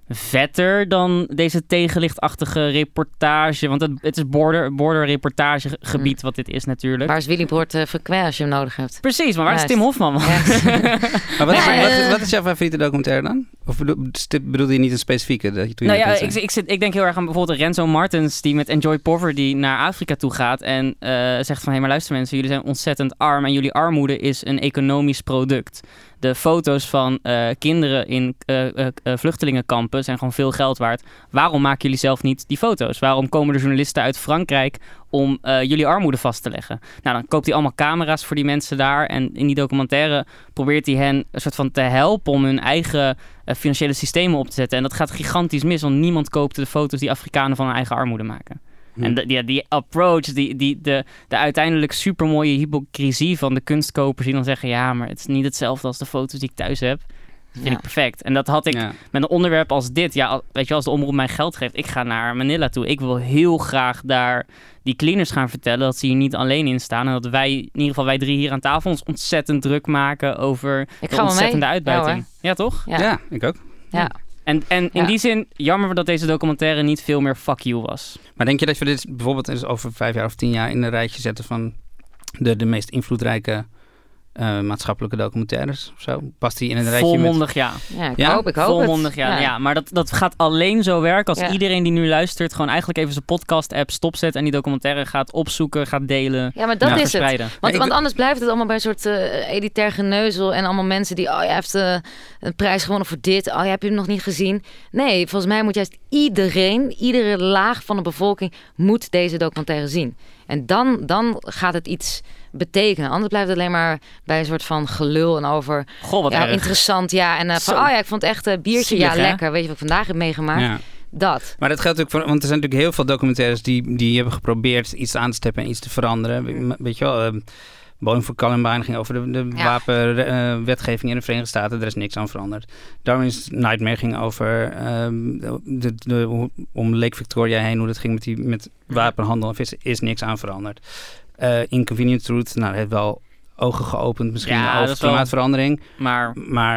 vetter dan deze tegenlichtachtige reportage. Want het, het is border, border reportagegebied wat dit is natuurlijk. Waar is Willy Broert uh, Verkwijl als je hem nodig hebt? Precies, maar waar Juist. is Tim Hofman? Ja. Maar wat, is, Ja, wat, uh, wat is jouw favoriete documentaire dan? Of bedoel, bedoelde je niet een specifieke? Dat je toen Nou je ja, dat ik, zei? ik, zit, ik denk heel erg aan bijvoorbeeld Renzo Martens... die met Enjoy Poverty naar Afrika toe gaat... en uh, zegt van, hé, maar luister mensen... jullie zijn ontzettend arm... en jullie armoede is een economisch product. De foto's van uh, kinderen in uh, uh, uh, vluchtelingenkampen... zijn gewoon veel geld waard. Waarom maken jullie zelf niet die foto's? Waarom komen de journalisten uit Frankrijk... om uh, jullie armoede vast te leggen? Nou, dan koopt hij allemaal camera's voor die mensen daar... en in die documentaire probeert hij hen... een soort van te helpen om hun eigen... Uh, financiële systemen op te zetten. En dat gaat gigantisch mis, want niemand koopt de foto's die Afrikanen van hun eigen armoede maken. Hm. En de, die, die approach, die, die, de, de uiteindelijk supermooie hypocrisie van de kunstkopers die dan zeggen, ja, maar het is niet hetzelfde als de foto's die ik thuis heb. Dat vind Ja. ik perfect. En dat had ik Ja. met een onderwerp als dit. Ja, weet je, als de omroep mij geld geeft, ik ga naar Manila toe. Ik wil heel graag daar die cleaners gaan vertellen dat ze hier niet alleen in staan. En dat wij, in ieder geval wij drie hier aan tafel, ons ontzettend druk maken over Ik de ga wel ontzettende mee. uitbuiting. Ja, Ja, toch? Ja. Ja, ik ook. Ja. En, en in Ja. die zin, jammer dat deze documentaire niet veel meer fuck you was. Maar denk je dat we dit bijvoorbeeld eens over vijf jaar of tien jaar in een rijtje zetten van de, de meest invloedrijke uh, maatschappelijke documentaires of zo? Past die in een rijtje met... Volmondig ja. Ja, ik Ja? hoop, ik hoop Volmondig het. ja. ja. Maar dat, dat gaat alleen zo werken als Ja. iedereen die nu luistert gewoon eigenlijk even zijn podcast-app stopzet en die documentaire gaat opzoeken, gaat delen, Ja, maar dat gaat is het. verspreiden. Want, ik- want anders blijft het allemaal bij een soort uh, elitair geneuzel en allemaal mensen die, oh, je hebt uh, een prijs gewonnen voor dit, oh, je hebt hem nog niet gezien. Nee, volgens mij moet juist iedereen, iedere laag van de bevolking moet deze documentaire zien. En dan, dan gaat het iets betekenen. Anders blijft het alleen maar bij een soort van gelul en over, Goh, wat ja, erg. interessant, ja. En uh, van, Zo. oh ja, ik vond het echt uh, biertje, Zielig, ja, hè? lekker. Weet je wat ik vandaag heb meegemaakt? Ja. Dat. Maar dat geldt ook voor, want er zijn natuurlijk heel veel documentaires die, die hebben geprobeerd iets aan te steppen en iets te veranderen. Weet je wel, uh, Bowling for Columbine ging over de, de Ja. wapenwetgeving in de Verenigde Staten. Daar is niks aan veranderd. Darwin's Nightmare ging over um, de, de, om Lake Victoria heen, hoe dat ging met, die, met wapenhandel en vissen, is niks aan veranderd. Uh, Inconvenient Truth, nou, dat heeft wel ogen geopend misschien Ja, dat over is wel- klimaatverandering, Maar, maar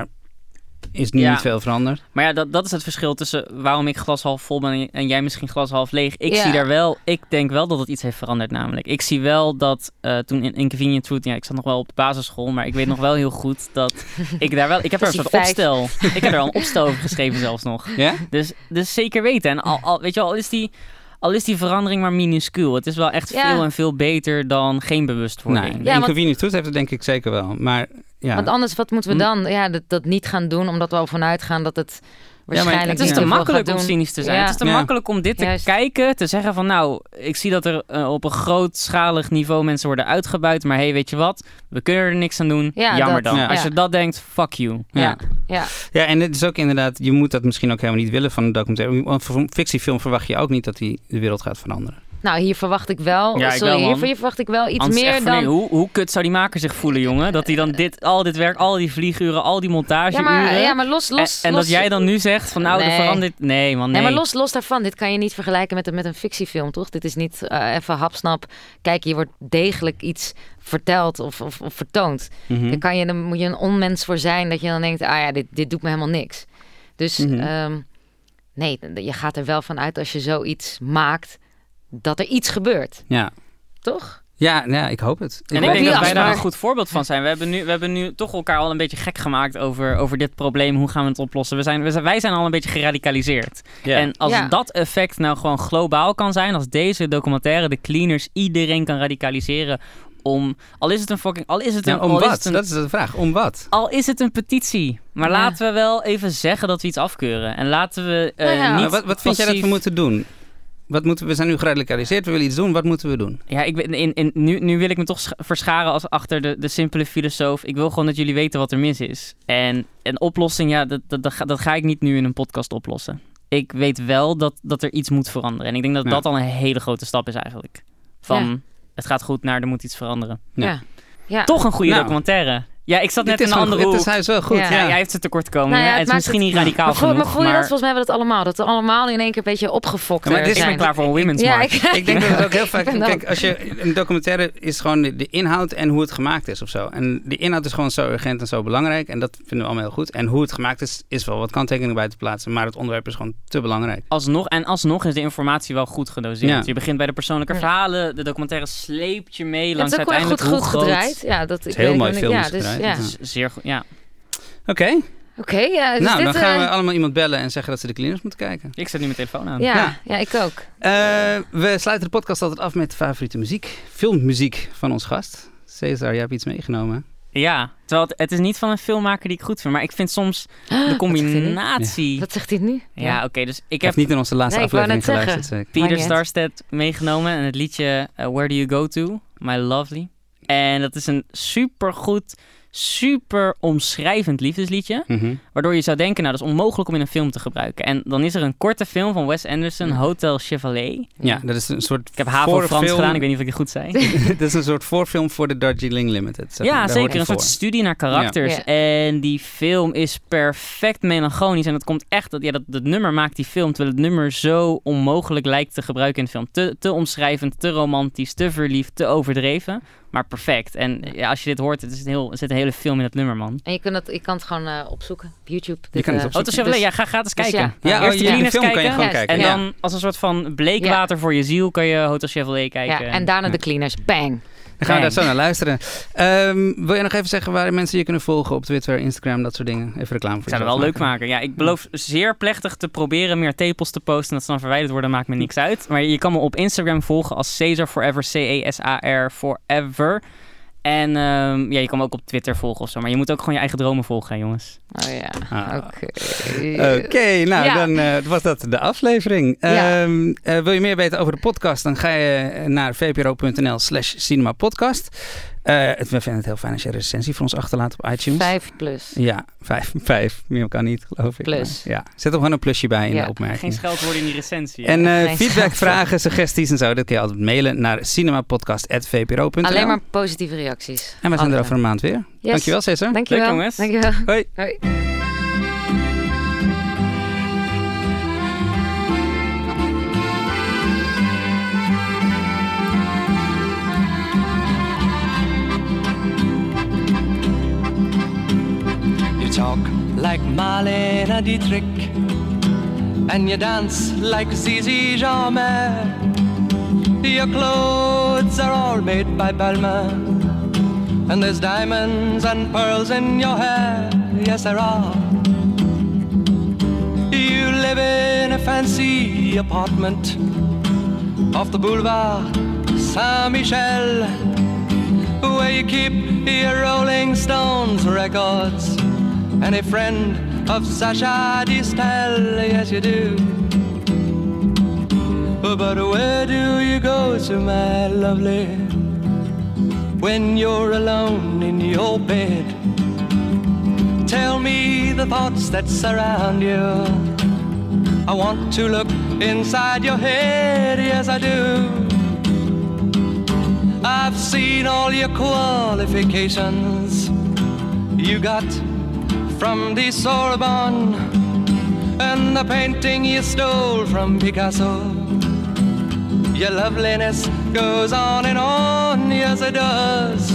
is nu Ja. niet veel veranderd. maar ja, dat, dat is het verschil tussen waarom ik glas half vol ben en jij misschien glas half leeg. Ik Ja. zie daar wel, ik denk wel dat het iets heeft veranderd namelijk. Ik zie wel dat uh, toen in Inconvenient Truth, ja, ik zat nog wel op de basisschool, maar ik weet nog wel heel goed dat ik daar wel, ik heb er een Dat soort is die vijf. opstel, ik heb er al een opstel over geschreven zelfs nog. Ja? Dus, dus zeker weten. En al, al, weet je wel, al is die... Al is die verandering maar minuscuul. Het is wel echt Ja. veel en veel beter dan geen bewustwording. Nee, Ja, want- Inconvenient Truth heeft het denk ik zeker wel. Maar ja. Want anders, wat moeten we Hm. dan? Ja, dat, dat niet gaan doen, omdat we ervan uitgaan dat het waarschijnlijk Het is niet te te veel makkelijk gaat om doen. cynisch te zijn. Ja. Het is te Ja. makkelijk om dit te Juist. kijken. Te zeggen van nou, ik zie dat er uh, op een grootschalig niveau mensen worden uitgebuit. Maar hey, weet je wat? We kunnen er niks aan doen. Ja, Jammer dat- dan. ja. Als je dat denkt, fuck you. Ja. Ja, ja. Ja, en het is ook inderdaad, je moet dat misschien ook helemaal niet willen van een documentaire. Want voor een fictiefilm verwacht je ook niet dat die de wereld gaat veranderen. Nou, hier verwacht ik wel. Ja, ik sorry, wel, man. hier, hier verwacht ik wel iets Anders meer echt dan. van, nee, hoe, hoe kut zou die maker zich voelen, jongen? Dat hij dan dit, al dit werk, al die vlieguren, al die montageuren... Ja, maar, ja, maar los, los. en en los, dat jij dan nu zegt van nou, er Nee. verandert... Nee, man, nee. Nee, maar los, los daarvan. Dit kan je niet vergelijken met, een- met een fictiefilm, toch? Dit is niet uh, even hapsnap. Kijk, hier wordt degelijk iets verteld of, of, of vertoond. Mhm. Dan, kan je, dan moet je een onmens voor zijn dat je dan denkt, ah ja, dit, dit doet me helemaal niks. Dus Mhm. ehm, nee, je gaat er wel van uit als je zoiets maakt, dat er iets gebeurt. Ja. Toch? Ja, ja, ik hoop het. En ik hoop denk je dat wij daar afspraak. een goed voorbeeld van zijn. We hebben nu, we hebben nu toch elkaar al een beetje gek gemaakt over, over dit probleem. Hoe gaan we het oplossen? We zijn, we zijn, wij zijn al een beetje geradicaliseerd. Ja. En als Ja. dat effect nou gewoon globaal kan zijn, als deze documentaire, de Cleaners, iedereen kan radicaliseren om, al is het een fucking, al is het een, Ja, om al is wat? het een, Dat is de vraag. Om wat? al is het een petitie. Maar Ja. laten we wel even zeggen dat we iets afkeuren. En laten we uh, Nou ja. niet Maar wat wat vind jij dat we passief- moeten doen? Wat moeten we, we zijn nu geradicaliseerd, we willen iets doen. Wat moeten we doen? Ja, ik ben, in, in, nu, nu wil ik me toch sch- verscharen als achter de, de simpele filosoof. Ik wil gewoon dat jullie weten wat er mis is. En een oplossing, ja, dat, dat, dat, ga, dat ga ik niet nu in een podcast oplossen. Ik weet wel dat, dat er iets moet veranderen. En ik denk dat Ja. dat al een hele grote stap is eigenlijk. Van, Ja. het gaat goed naar, er moet iets veranderen. Ja. Ja. ja. Toch een goede Nou. documentaire. Ja, ik zat net Dit in is een gewoon- andere dit hoek. is, hij is wel goed. Ja. Ja, Ja. jij heeft het tekort komen. Nou ja, het het is maakt misschien het- niet radicaal Maar, voel, genoeg, maar voel je dat? maar Volgens mij hebben we dat allemaal. Dat we allemaal in één keer een beetje opgefokt Ja, maar dit is ik zijn. ben klaar voor een women's Ja, march. ik, Ik denk dat het ook heel vaak... Ik ben ook. Kijk, als je een documentaire is gewoon de, de inhoud en hoe het gemaakt is of zo. En de inhoud is gewoon zo urgent en zo belangrijk. En dat vinden we allemaal heel goed. En hoe het gemaakt is, is wel wat kanttekeningen bij te plaatsen. Maar het onderwerp is gewoon te belangrijk. Alsnog, en alsnog is de informatie wel goed gedoseerd. Ja. Je begint bij de persoonlijke Ja. verhalen. De documentaire sleept je mee Het langs is ook wel uiteindelijk goed, goed hoe groot... gedraaid. Ja, dat, is ik heel weet mooi niet- filmisch ja, dus, gedraaid, ja. ja. Het is zeer goed, ja. Oké, Oké, ja. Dus nou dit, dan gaan eh, we allemaal iemand bellen en zeggen dat ze de cleaners moeten kijken. Ik zet nu mijn telefoon aan. ja, Ja. ja, ik ook. Eh, we sluiten de podcast altijd af met favoriete muziek. Filmmuziek van ons gast. Cesar, jij hebt iets meegenomen. Ja, terwijl het, het is niet van een filmmaker die ik goed vind, maar ik vind soms de combinatie... Wat zegt hij nu? Ja, oké, dus ik Ik heb heb niet in onze laatste Nee, ik wou aflevering net geluisterd. zeker. Peter Maakt niet uit. Starstedt meegenomen en het liedje uh, Where Do You Go To, My Lovely. En dat is een supergoed, super omschrijvend liefdesliedje. Mhm. Waardoor je zou denken, nou dat is onmogelijk om in een film te gebruiken. En dan is er een korte film van Wes Anderson, Hotel Chevalier. Ja, dat is een soort Ik heb HAVO Frans voorfilm. gedaan, ik weet niet of ik het goed zei. Dat is een soort voorfilm voor de Darjeeling Limited. zeg maar. Ja, Daar zeker. hoort Een hij soort voor. studie naar karakters. Ja. En die film is perfect melancholisch. En dat komt echt... Dat, ja, dat, dat nummer maakt die film... Terwijl het nummer zo onmogelijk lijkt te gebruiken in de film. Te, te omschrijvend, te romantisch, te verliefd, te overdreven. Maar perfect. En ja, als je dit hoort, het is een heel, er zit een hele film in het nummer, man. En je kunt het, je kan het gewoon uh, opzoeken op YouTube. Je kan het uh, opzoeken. Hotel Chevrolet, ja, ga gratis Dus kijken. ja. Ja, Eerst oh, de ja, de cleaners film kan je kijken. gewoon Ja, kijken. En ja. dan als een soort van bleekwater voor je ziel kan je Hotel Chevrolet kijken. Ja, en daarna de cleaners. Bang. Dan gaan we daar Bang. zo naar luisteren. Ehm, wil je nog even zeggen waar mensen je kunnen volgen op Twitter, Instagram, dat soort dingen? Even reclame voor Ik zou het wel leuk maken. Ja, ik beloof zeer plechtig te proberen meer tepels te posten. Dat ze dan verwijderd worden, maakt me niks uit. Maar je kan me op Instagram volgen als Cesar Forever, C E S A R Forever. En um, ja, je kan me ook op Twitter volgen of zo. Maar je moet ook gewoon je eigen dromen volgen, hè, jongens. Oh ja, Ah. oké. Oké, nou Ja. dan uh, was dat de aflevering. Ja. Um, uh, wil je meer weten over de podcast, dan ga je naar vpro.nl slash cinemapodcast. Uh, we vinden het heel fijn als je een recensie voor ons achterlaat op iTunes. Vijf plus. Ja, vijf. Vijf. Meer kan niet, geloof ik. Plus. Maar ja, zet er gewoon een plusje bij in Ja. de opmerking. Geen scheldwoorden in die recensie. En uh, Geen feedback, scheldwoorden. vragen, suggesties en zo, dat kun je altijd mailen naar cinemapodcast punt v p r o punt n l. Alleen maar positieve reacties. En we zijn er Alle. over een maand weer. Yes. Dankjewel, Cesar. Dankjewel. Leuk, jongens. Dankjewel. Hoi. Hoi. You talk like Marlene Dietrich, and you dance like Zizi Jeanmaire. Your clothes are all made by Balmain, and there's diamonds and pearls in your hair. Yes, there are. You live in a fancy apartment off the boulevard Saint-Michel, where you keep your Rolling Stones records and a friend of Sasha Distel. Yes, you do. But where do you go to, my lovely, when you're alone in your bed? Tell me the thoughts that surround you. I want to look inside your head, yes I do. I've seen all your qualifications you got from the Sorbonne, and the painting you stole from Picasso. Your loveliness goes on and on, yes it does.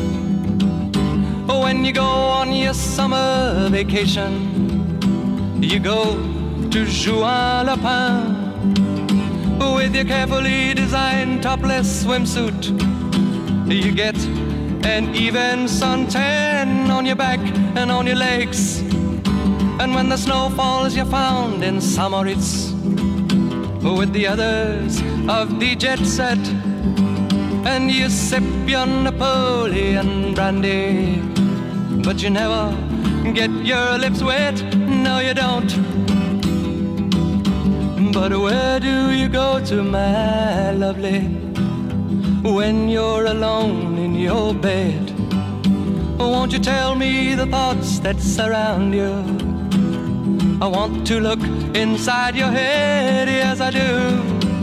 When you go on your summer vacation, you go to Juan-le-Pin with your carefully designed topless swimsuit. You get an even suntan on your back and on your legs, and when the snow falls you're found in Samoritz with the others of the jet set, and you sip your Napoleon brandy, but you never get your lips wet, no you don't. But where do you go to, my lovely, when you're alone in your bed? Won't you tell me the thoughts that surround you? I want to look inside your head, yes I do.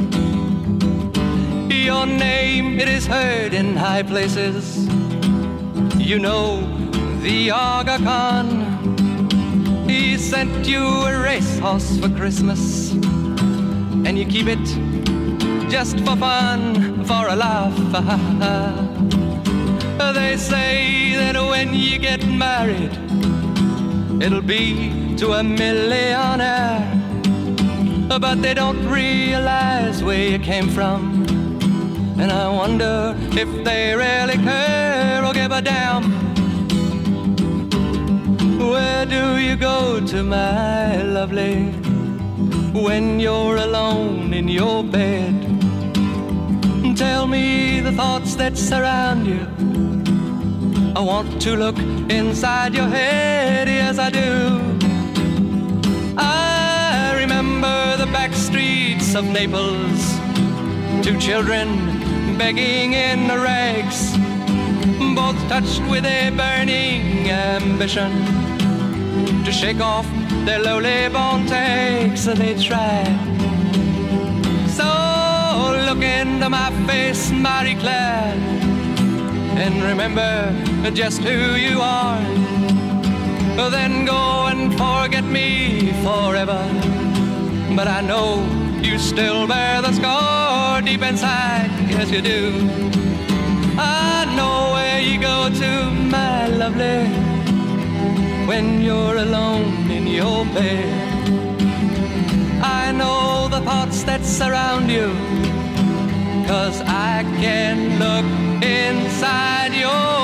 Your name, it is heard in high places. You know the Aga Khan. He sent you a racehorse for Christmas, and you keep it just for fun, for a laugh. They say that when you get married, it'll be to a millionaire, but they don't realize where you came from, and I wonder if they really care or give a damn. Where do you go to, my lovely, when you're alone in your bed? Tell me the thoughts that surround you. I want to look inside your head, yes I do. I remember the back streets of Naples, two children begging in the rags, both touched with a burning ambition to shake off their lowly born takes. They try. So look into my face, Marie Claire, and remember just who you are. Then go and forget me forever, but I know you still bear the scar deep inside. Yes you do. I know where you go to, my lovely, when you're alone in your bed. I know the thoughts that surround you, 'cause I can look inside your